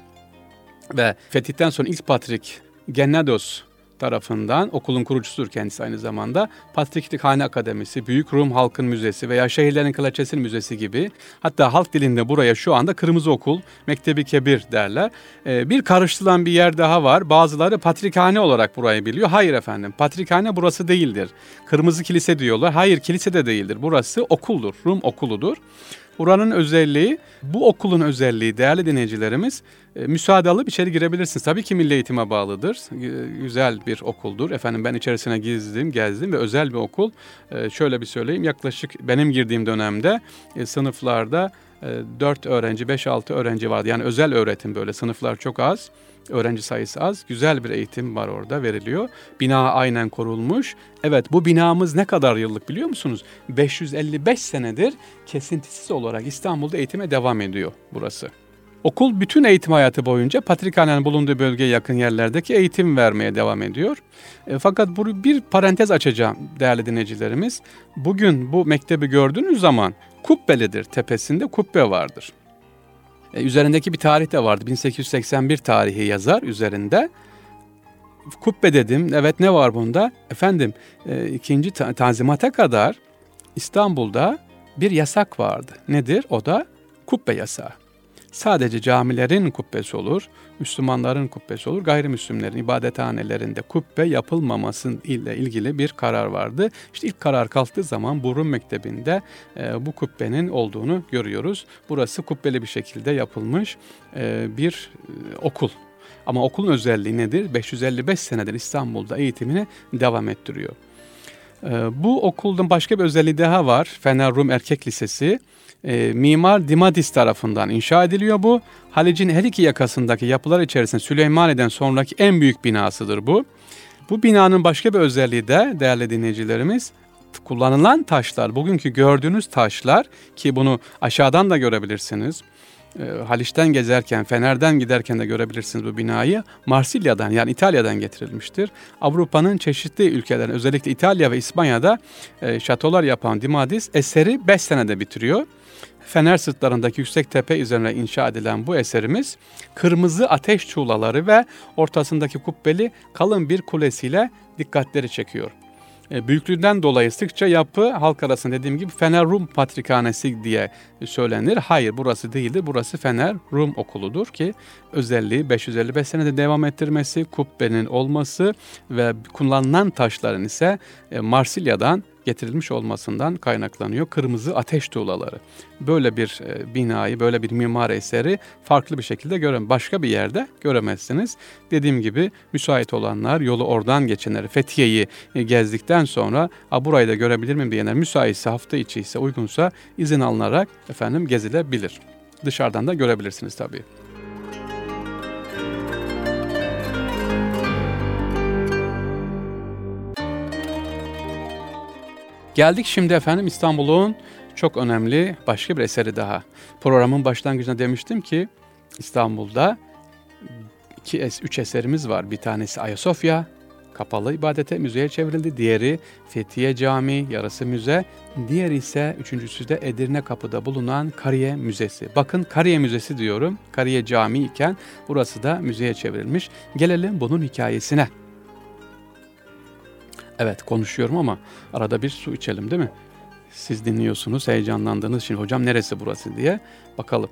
Ve fetihten sonra ilk Patrik Gennados tarafından, okulun kurucusudur kendisi aynı zamanda, Patriklik Hane Akademisi, Büyük Rum Halkın Müzesi veya Şehirlerin Kılaçesinin Müzesi gibi, hatta halk dilinde buraya şu anda Kırmızı Okul, Mektebi Kebir derler. Ee, bir karıştırılan bir yer daha var. Bazıları Patrikhane olarak burayı biliyor. Hayır efendim, Patrikhane burası değildir. Kırmızı Kilise diyorlar. Hayır, kilise de değildir. Burası okuldur, Rum okuludur. Buranın özelliği, bu okulun özelliği değerli dinleyicilerimiz, e, müsaade alıp içeri girebilirsiniz. Tabii ki Milli Eğitim'e bağlıdır. E, güzel bir okuldur. Efendim ben içerisine gezdim, gezdim ve özel bir okul. E, şöyle bir söyleyeyim, yaklaşık benim girdiğim dönemde e, sınıflarda dört öğrenci, beş altı öğrenci vardı. Yani özel öğretim, böyle sınıflar çok az, öğrenci sayısı az. Güzel bir eğitim var orada, veriliyor. Bina aynen korunmuş. Evet, bu binamız ne kadar yıllık biliyor musunuz? beş yüz elli beş senedir kesintisiz olarak İstanbul'da eğitime devam ediyor burası. Okul bütün eğitim hayatı boyunca Patrikhane'nin bulunduğu bölgeye yakın yerlerdeki eğitim vermeye devam ediyor. E, fakat bu bir parantez açacağım değerli dinleyicilerimiz. Bugün bu mektebi gördüğünüz zaman kubbelidir, tepesinde kubbe vardır. E, üzerindeki bir tarih de vardı, bin sekiz yüz seksen bir tarihi yazar üzerinde. Kubbe dedim, evet, ne var bunda? Efendim e, ikinci ta- Tanzimat'a kadar İstanbul'da bir yasak vardı. Nedir? O da kubbe yasağı. Sadece camilerin kubbesi olur, Müslümanların kubbesi olur, gayrimüslimlerin ibadethanelerinde kubbe yapılmaması ile ilgili bir karar vardı. İşte ilk karar kalktığı zaman bu Rum Mektebi'nde e, bu kubbenin olduğunu görüyoruz. Burası kubbeli bir şekilde yapılmış e, bir e, okul. Ama okulun özelliği nedir? beş yüz elli beş senedir İstanbul'da eğitimini devam ettiriyor. E, bu okulun başka bir özelliği daha var. Fener Rum Erkek Lisesi. E, Mimar Dimadis tarafından inşa ediliyor bu. Halic'in her iki yakasındaki yapılar içerisinde Süleymaniye'den sonraki en büyük binasıdır bu. Bu binanın başka bir özelliği de değerli dinleyicilerimiz, kullanılan taşlar, bugünkü gördüğünüz taşlar, ki bunu aşağıdan da görebilirsiniz. E, Haliç'ten gezerken, Fener'den giderken de görebilirsiniz bu binayı. Marsilya'dan, yani İtalya'dan getirilmiştir. Avrupa'nın çeşitli ülkelerinde, özellikle İtalya ve İspanya'da e, şatolar yapan Dimadis eseri beş senede bitiriyor. Fener sırtlarındaki yüksek tepe üzerine inşa edilen bu eserimiz kırmızı ateş tuğlaları ve ortasındaki kubbeli kalın bir kulesiyle dikkatleri çekiyor. E, büyüklüğünden dolayı sıkça yapı halk arasında dediğim gibi Fener Rum Patrikhanesi diye söylenir. Hayır, burası değildir. Burası Fener Rum Okulu'dur ki özelliği beş yüz elli beş senede devam ettirmesi, kubbenin olması ve kullanılan taşların ise e, Marsilya'dan getirilmiş olmasından kaynaklanıyor. Kırmızı ateş tuğlaları. Böyle bir e, binayı, böyle bir mimari eseri farklı bir şekilde göremezsiniz. Başka bir yerde göremezsiniz. Dediğim gibi müsait olanlar, yolu oradan geçenler, Fethiye'yi e, gezdikten sonra burayı da görebilir miyim diyenler, müsaitse, hafta içi ise, uygunsa izin alınarak efendim gezilebilir. Dışarıdan da görebilirsiniz tabii. Geldik şimdi efendim İstanbul'un çok önemli başka bir eseri daha. Programın başlangıcında demiştim ki İstanbul'da iki, üç eserimiz var. Bir tanesi Ayasofya, kapalı ibadete, müzeye çevrildi. Diğeri Fethiye Camii, yarısı müze. Diğeri ise, üçüncüsü de Edirne Kapı'da bulunan Kariye Müzesi. Bakın, Kariye Müzesi diyorum, Kariye Camii iken burası da müzeye çevrilmiş. Gelelim bunun hikayesine. Evet, konuşuyorum ama arada bir su içelim değil mi? Siz dinliyorsunuz, heyecanlandınız. Şimdi hocam neresi burası diye bakalım.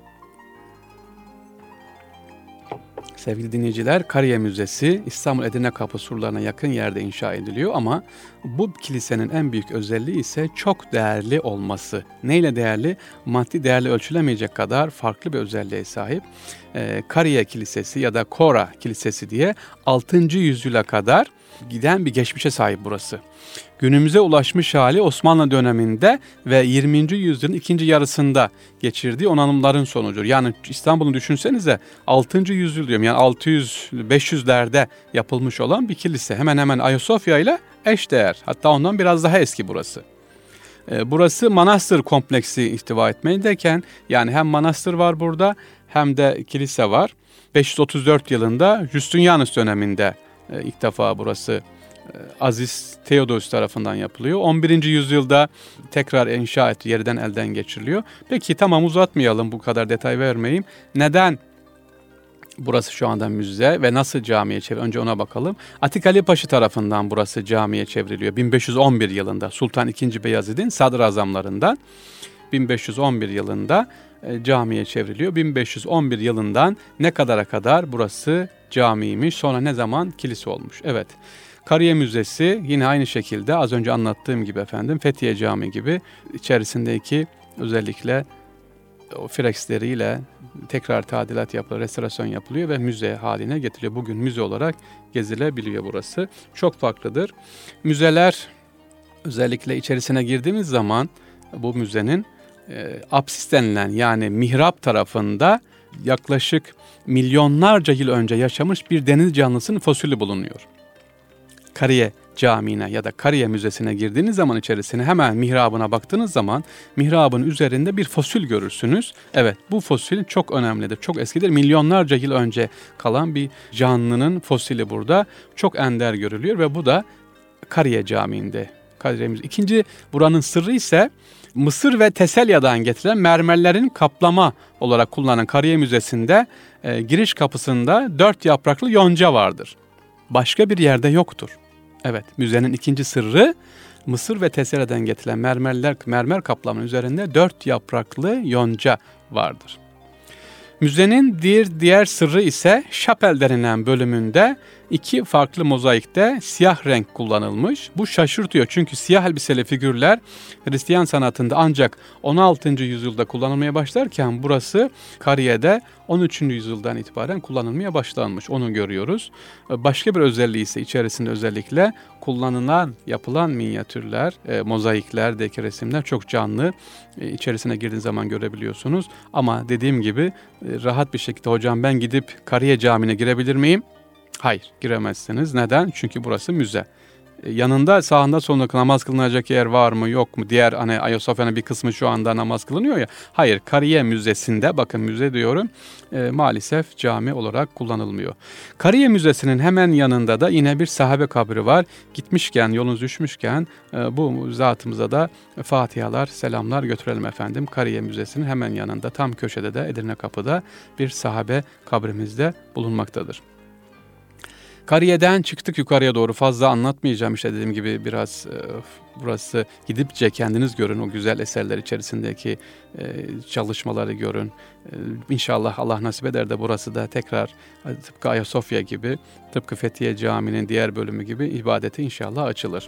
Sevgili dinleyiciler, Kariye Müzesi İstanbul Edirne Kapı surlarına yakın yerde inşa ediliyor ama bu kilisenin en büyük özelliği ise çok değerli olması. Neyle değerli? Maddi değerli ölçülemeyecek kadar farklı bir özelliğe sahip. Ee, Kariye Kilisesi ya da Kora Kilisesi diye altıncı yüzyıla kadar giden bir geçmişe sahip burası. Günümüze ulaşmış hali Osmanlı döneminde ve yirminci yüzyılın ikinci yarısında geçirdiği onanımların sonucudur. Yani İstanbul'u düşünsenize, altıncı yüzyıl diyorum, yani altı yüz beş yüzlerde yapılmış olan bir kilise. Hemen hemen Ayasofya ile eşdeğer. Hatta ondan biraz daha eski burası. Burası manastır kompleksi ihtiva etmeydeyken, yani hem manastır var burada hem de kilise var. beş yüz otuz dört yılında Justinianus döneminde ilk defa burası Aziz Theodosius tarafından yapılıyor. on birinci yüzyılda tekrar inşa et, yerden elden geçiriliyor. Peki tamam, uzatmayalım, bu kadar detay vermeyeyim. Neden burası şu anda müze ve nasıl camiye çevriliyor? Önce ona bakalım. Atik Ali Paşa tarafından burası camiye çevriliyor. bin beş yüz on bir yılında Sultan ikinci. Beyazıt'ın sadrazamlarından bin beş yüz on bir yılında e, camiye çevriliyor. bin beş yüz on bir yılından ne kadara kadar burası camiymiş, sonra ne zaman kilise olmuş? Evet. Kariye Müzesi yine aynı şekilde az önce anlattığım gibi efendim, Fethiye Camii gibi içerisindeki özellikle o freksleriyle tekrar tadilat yapılıyor, restorasyon yapılıyor ve müze haline getiriliyor. Bugün müze olarak gezilebiliyor burası. Çok farklıdır. Müzeler, özellikle içerisine girdiğimiz zaman bu müzenin e, apsis denilen yani mihrap tarafında yaklaşık milyonlarca yıl önce yaşamış bir deniz canlısının fosili bulunuyor. Kariye Camii'ne ya da Kariye Müzesi'ne girdiğiniz zaman içerisine hemen mihrabına baktığınız zaman mihrabın üzerinde bir fosil görürsünüz. Evet, bu fosil çok önemlidir, çok eskidir. Milyonlarca yıl önce kalan bir canlının fosili burada çok ender görülüyor ve bu da Kariye Camii'nde. Kariye Müzesi. İkinci buranın sırrı ise Mısır ve Teselya'dan getirilen mermerlerin kaplama olarak kullanılan Kariye Müzesi'nde e, giriş kapısında dört yapraklı yonca vardır. Başka bir yerde yoktur. Evet, müzenin ikinci sırrı Mısır ve Teselya'dan getirilen mermerler, mermer kaplamanın üzerinde dört yapraklı yonca vardır. Müzenin bir diğer sırrı ise şapel denilen bölümünde iki farklı mozaikte siyah renk kullanılmış. Bu şaşırtıyor çünkü siyah elbiseli figürler Hristiyan sanatında ancak on altıncı yüzyılda kullanılmaya başlarken burası Kariye'de on üçüncü yüzyıldan itibaren kullanılmaya başlanmış. Onu görüyoruz. Başka bir özelliği ise içerisinde özellikle kullanılan, yapılan minyatürler, e, mozaiklerdeki resimler çok canlı. E, içerisine girdiğiniz zaman görebiliyorsunuz. Ama dediğim gibi e, rahat bir şekilde hocam ben gidip Kariye Camii'ne girebilir miyim? Hayır, giremezsiniz. Neden? Çünkü burası müze. Yanında sağında solunda namaz kılınacak yer var mı yok mu? Diğer hani Ayasofya'nın bir kısmı şu anda namaz kılınıyor ya. Hayır, Kariye Müzesi'nde, bakın müze diyorum, e, maalesef cami olarak kullanılmıyor. Kariye Müzesi'nin hemen yanında da yine bir sahabe kabri var. Gitmişken, yolunuz düşmüşken e, bu zatımıza da fatihalar, selamlar götürelim efendim. Kariye Müzesi'nin hemen yanında tam köşede de Edirne Kapı'da bir sahabe kabrimizde bulunmaktadır. Kariye'den çıktık yukarıya doğru, fazla anlatmayacağım, işte dediğim gibi biraz e, burası gidipçe kendiniz görün, o güzel eserler içerisindeki e, çalışmaları görün. E, İnşallah Allah nasip eder de burası da tekrar tıpkı Ayasofya gibi, tıpkı Fethiye Camii'nin diğer bölümü gibi ibadete inşallah açılır.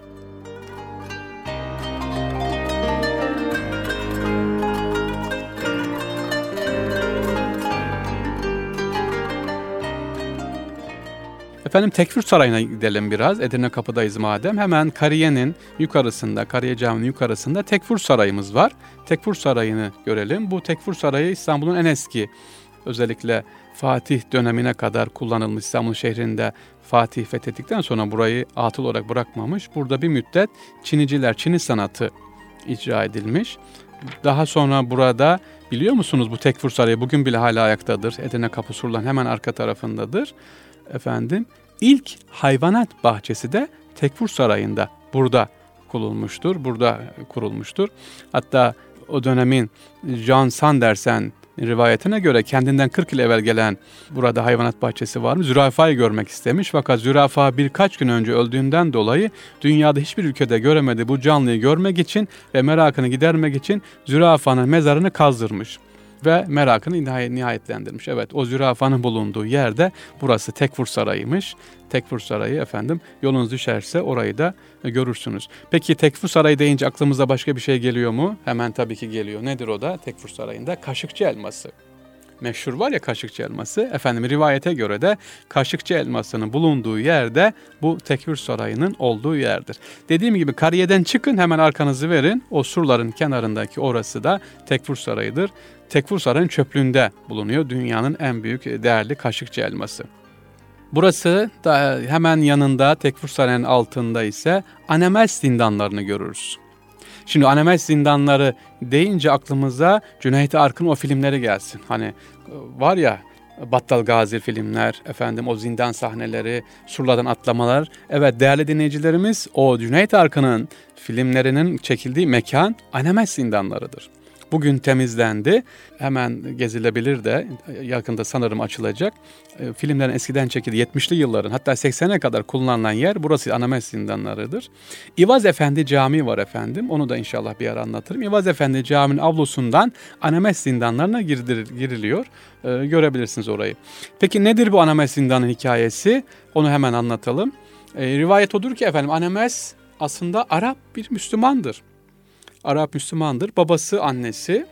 Efendim Tekfir Sarayı'na gidelim biraz. Edirne Kapı'dayız madem. Hemen Kariye'nin yukarısında, Kariye Camii'nin yukarısında Tekfir Sarayı'mız var. Tekfir Sarayı'nı görelim. Bu Tekfir Sarayı İstanbul'un en eski, özellikle Fatih dönemine kadar kullanılmış. İstanbul şehrinde Fatih fethettikten sonra burayı atıl olarak bırakmamış. Burada bir müddet Çiniciler, Çini sanatı icra edilmiş. Daha sonra burada biliyor musunuz bu Tekfir Sarayı bugün bile hala ayaktadır. Edirne Kapı surlarının hemen arka tarafındadır. Efendim ilk hayvanat bahçesi de Tekfir Sarayı'nda burada kurulmuştur. Burada kurulmuştur. Hatta o dönemin John Sandersen rivayetine göre kendinden kırk yıl evvel gelen burada hayvanat bahçesi var mı? Zürafayı görmek istemiş fakat zürafa birkaç gün önce öldüğünden dolayı dünyada hiçbir ülkede göremedi bu canlıyı görmek için ve merakını gidermek için zürafanın mezarını kazdırmış ve merakını nihayetlendirmiş. Evet, o zürafanın bulunduğu yerde burası Tekfir Sarayı'ymış. Tekfir Sarayı efendim, yolunuz düşerse orayı da görürsünüz. Peki Tekfir Sarayı deyince aklımıza başka bir şey geliyor mu? Hemen tabii ki geliyor. Nedir o da? Tekfir Sarayı'nda Kaşıkçı elması. Meşhur var ya Kaşıkçı elması. Efendim rivayete göre de Kaşıkçı elmasının bulunduğu yerde bu Tekfir Sarayı'nın olduğu yerdir. Dediğim gibi Kariye'den çıkın, hemen arkanızı verin. O surların kenarındaki orası da Tekfir Sarayı'dır. Tekfir Sarayı'nın çöplüğünde bulunuyor dünyanın en büyük değerli Kaşıkçı elması. Burası da hemen yanında, Tekfir Sarayı'nın altında ise Anemes zindanlarını görürüz. Şimdi Anemes zindanları deyince aklımıza Cüneyt Arkın o filmleri gelsin. Hani var ya Battal Gazi filmler, efendim o zindan sahneleri, surlardan atlamalar. Evet değerli dinleyicilerimiz, o Cüneyt Arkın'ın filmlerinin çekildiği mekan Anemes zindanlarıdır. Bugün temizlendi. Hemen gezilebilir de yakında sanırım açılacak. E, filmlerin eskiden çekildiği yetmişli yılların hatta seksene kadar kullanılan yer burası Anemes zindanlarıdır. İvaz Efendi Camii var efendim. Onu da inşallah bir ara anlatırım. İvaz Efendi Camii'nin avlusundan Anemes zindanlarına girdir, giriliyor. E, görebilirsiniz orayı. Peki nedir bu Anemes zindanın hikayesi? Onu hemen anlatalım. E, rivayet odur ki efendim Anemes aslında Arap bir Müslümandır. Arap Müslümandır. Babası, annesi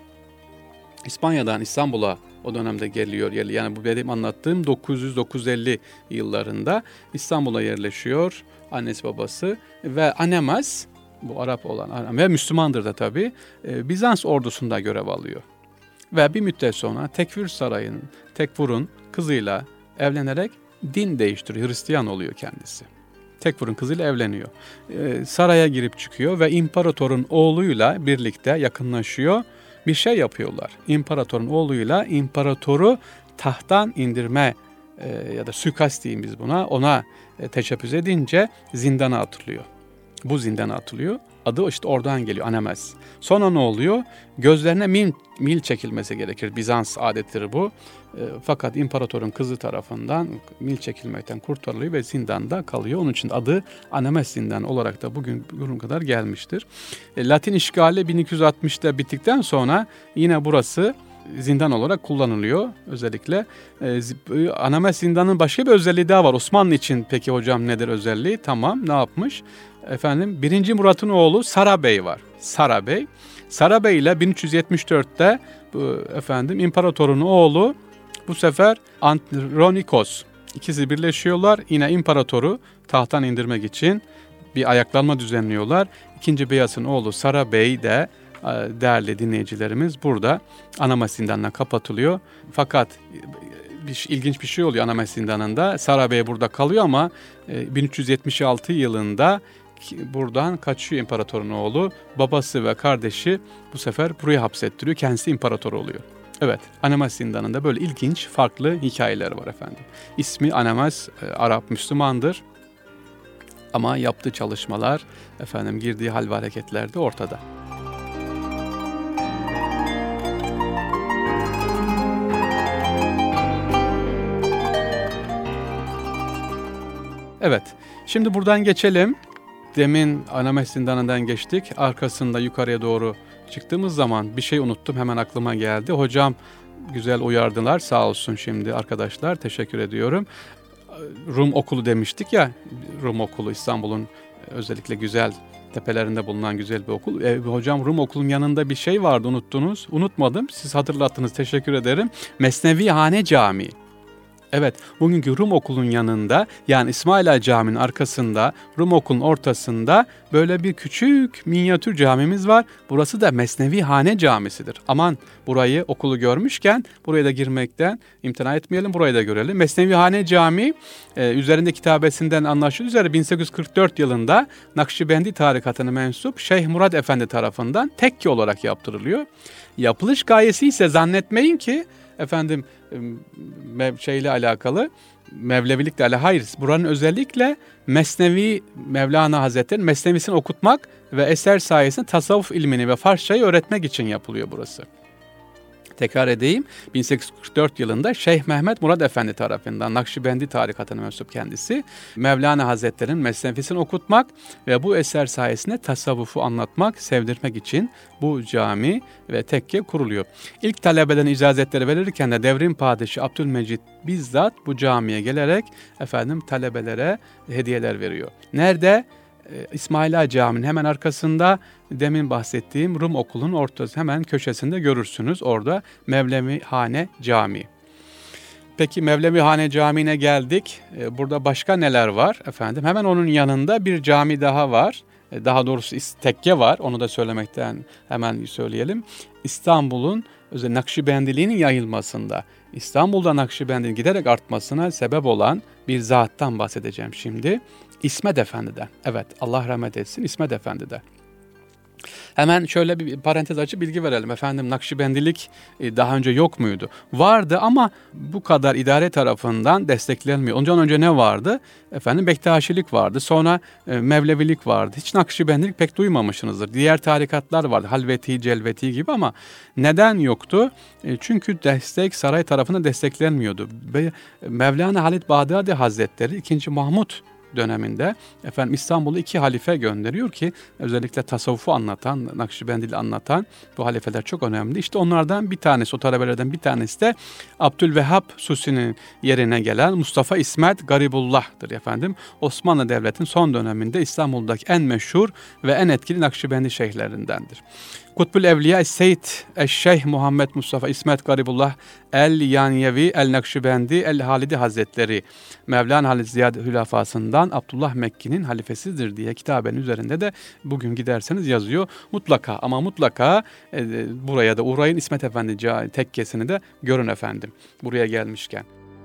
İspanya'dan İstanbul'a o dönemde geliyor. Yani bu benim anlattığım dokuz yüz dokuz yüz elli yıllarında İstanbul'a yerleşiyor annesi babası ve Anemes bu Arap olan ve Müslümandır da tabii, e, Bizans ordusunda görev alıyor. Ve bir müddet sonra Tekfur Sarayı'nın, Tekfur'un kızıyla evlenerek din değiştiriyor, Hristiyan oluyor kendisi. Tekfur'un kızıyla evleniyor. E, saraya girip çıkıyor ve imparatorun oğluyla birlikte yakınlaşıyor. Bir şey yapıyorlar. İmparatorun oğluyla imparatoru tahttan indirme e, ya da suikast diyeyim biz buna, ona e, teşebbüs edince zindana atılıyor. Bu zindana atılıyor. Adı işte oradan geliyor, Anemes. Sonra ne oluyor? Gözlerine mil, mil çekilmesi gerekir. Bizans adetleri bu. E, fakat imparatorun kızı tarafından mil çekilmekten kurtarılıyor ve zindanda kalıyor. Onun için adı Anemes zindanı olarak da bugün bugün kadar gelmiştir. E, Latin işgali bin iki yüz altmışta bittikten sonra yine burası zindan olarak kullanılıyor. Özellikle e, Anemes zindanının başka bir özelliği daha var. Osmanlı için peki hocam nedir özelliği? Tamam, ne yapmış? Efendim birinci Murat'ın oğlu Sara Bey var. Sara Bey. Sara Bey ile bin üç yüz yetmiş dörtte bu, efendim imparatorun oğlu bu sefer Andronikos. İkisi birleşiyorlar. Yine imparatoru tahttan indirmek için bir ayaklanma düzenliyorlar. İkinci Beyaz'ın oğlu Sara Bey de değerli dinleyicilerimiz burada Anemes zindanına kapatılıyor. Fakat bir, ilginç bir şey oluyor Anemes zindanında. Sara Bey burada kalıyor ama bin üç yüz yetmiş altı yılında buradan kaçıyor imparatorun oğlu. Babası ve kardeşi bu sefer buraya hapsettiriyor. Kendisi imparator oluyor. Evet, Anemes zindanında böyle ilginç, farklı hikayeler var efendim. İsmi Anemes, Arap Müslümandır. Ama yaptığı çalışmalar, efendim girdiği hal ve hareketler de ortada. Evet, şimdi buradan geçelim. Demin Anemes zindanından geçtik. Arkasında yukarıya doğru çıktığımız zaman bir şey unuttum. Hemen aklıma geldi. Hocam güzel uyardılar. Sağ olsun şimdi arkadaşlar. Teşekkür ediyorum. Rum okulu demiştik ya. Rum okulu İstanbul'un özellikle güzel tepelerinde bulunan güzel bir okul. E, hocam Rum okulun yanında bir şey vardı, unuttunuz. Unutmadım. Siz hatırlattınız. Teşekkür ederim. Mesnevihane Camii. Evet, bugünkü Rum okulun yanında, yani İsmaila Camii'nin arkasında, Rum okulun ortasında böyle bir küçük minyatür camimiz var. Burası da Mesnevihane Camisi'dir. Aman burayı, okulu görmüşken buraya da girmekten imtina etmeyelim, burayı da görelim. Mesnevihane Camii e, üzerinde kitabesinden anlaşıldığı üzere bin sekiz yüz kırk dört yılında Nakşibendi tarikatına mensup Şeyh Murad Efendi tarafından tekke olarak yaptırılıyor. Yapılış gayesi ise zannetmeyin ki efendim mev şeyle alakalı, Mevlevilikle alakalı. Hayır, buranın özellikle Mesnevi Mevlana Hazretleri Mesnevisini okutmak ve eser sayesinde tasavvuf ilmini ve Farsçayı öğretmek için yapılıyor burası. Tekrar edeyim, bin sekiz yüz kırk dört yılında Şeyh Mehmet Murad Efendi tarafından Nakşibendi tarikatına mensup kendisi Mevlana Hazretleri'nin mesnefisini okutmak ve bu eser sayesinde tasavvufu anlatmak, sevdirmek için bu cami ve tekke kuruluyor. İlk talebeden icazetleri verirken de devrim padişahı Abdülmecid bizzat bu camiye gelerek efendim talebelere hediyeler veriyor. Nerede? İsmaila Camii'nin hemen arkasında, demin bahsettiğim Rum okulun ortası hemen köşesinde görürsünüz. Orada Mevlevihane Camii. Peki Mevlevihane Camii'ne geldik. Burada başka neler var efendim? Hemen onun yanında bir cami daha var. Daha doğrusu tekke var. Onu da söylemekten hemen söyleyelim. İstanbul'un özellikle Nakşibendiliğinin yayılmasında, İstanbul'da Nakşibendiliğin giderek artmasına sebep olan bir zattan bahsedeceğim şimdi. İsmet Efendi'den. Evet, Allah rahmet etsin, İsmet Efendi'den. Hemen şöyle bir parantez açıp bilgi verelim. Efendim Nakşibendilik daha önce yok muydu? Vardı ama bu kadar idare tarafından desteklenmiyor. Ondan önce ne vardı? Efendim Bektaşilik vardı. Sonra e, Mevlevilik vardı. Hiç Nakşibendilik pek duymamışsınızdır. Diğer tarikatlar vardı. Halveti, Celveti gibi ama neden yoktu? E, çünkü destek saray tarafından desteklenmiyordu. Be, Mevlana Halid Bağdadi Hazretleri ikinci. Mahmut döneminde efendim İstanbul'u iki halife gönderiyor ki özellikle tasavvufu anlatan, Nakşibendili anlatan bu halifeler çok önemli. İşte onlardan bir tanesi, o talebelerden bir tanesi de Abdülvehhab Susi'nin yerine gelen Mustafa İsmet Garibullah'tır efendim. Osmanlı Devleti'nin son döneminde İstanbul'daki en meşhur ve en etkili Nakşibendi şeyhlerindendir. Kutbul Evliya Seyyid Eşşeyh Muhammed Mustafa İsmet Garibullah El-Yaniyevi El-Nakşibendi El-Halidi Hazretleri Mevlana Halid Ziyad Hülafasından Abdullah Mekki'nin halifesidir diye kitabenin üzerinde de bugün giderseniz yazıyor. Mutlaka ama mutlaka e, buraya da uğrayın, İsmet Efendi tekkesini de görün efendim buraya gelmişken.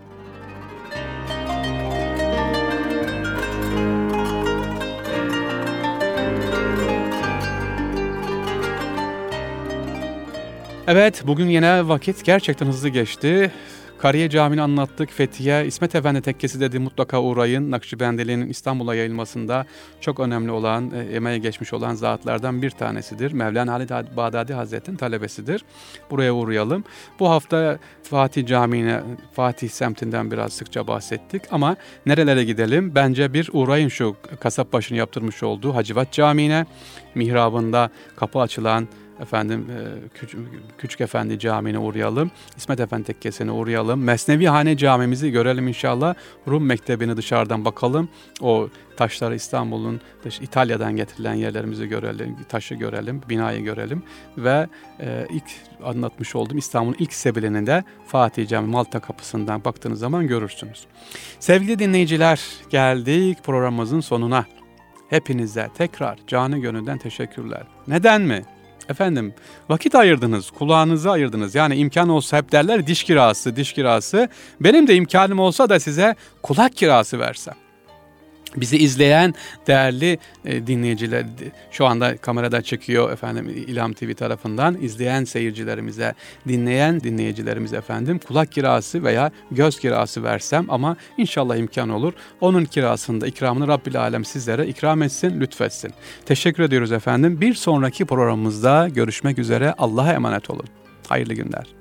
Evet, bugün yine vakit gerçekten hızlı geçti. Kariye Camii'ni anlattık, Fethiye, İsmet Efendi Tekkesi dedi, mutlaka uğrayın. Nakşibendiliğinin İstanbul'a yayılmasında çok önemli olan, e, emeğe geçmiş olan zatlardan bir tanesidir. Mevlana Halid Bağdadi Hazretleri'nin talebesidir. Buraya uğrayalım. Bu hafta Fatih Camii'ne, Fatih semtinden biraz sıkça bahsettik ama nerelere gidelim? Bence bir uğrayın şu Kasapbaşı'nın yaptırmış olduğu Hacivat Camii'ne, mihrabında kapı açılan efendim Küçük, Küçük Efendi Camii'ne uğrayalım. İsmet Efendi Tekkesi'ne uğrayalım. Mesnevihane Camimizi görelim inşallah. Rum Mektebi'ni dışarıdan bakalım. O taşları İstanbul'un, dış, İtalya'dan getirilen yerlerimizi görelim. Taşı görelim, binayı görelim. Ve e, ilk anlatmış olduğum İstanbul'un ilk sebilini de Fatih Camii Malta Kapısı'ndan baktığınız zaman görürsünüz. Sevgili dinleyiciler, geldik programımızın sonuna. Hepinize tekrar canı gönülden teşekkürler. Neden mi? Efendim vakit ayırdınız, kulağınızı ayırdınız. Yani imkan olsa hep derler diş kirası, diş kirası. Benim de imkanım olsa da size kulak kirası versem. Bizi izleyen değerli e, dinleyiciler, şu anda kamerada çıkıyor efendim İlham T V tarafından, izleyen seyircilerimize, dinleyen dinleyicilerimize efendim kulak kirası veya göz kirası versem, ama inşallah imkan olur. Onun kirasında ikramını Rabbil Alem sizlere ikram etsin, lütfetsin. Teşekkür ediyoruz efendim. Bir sonraki programımızda görüşmek üzere. Allah'a emanet olun. Hayırlı günler.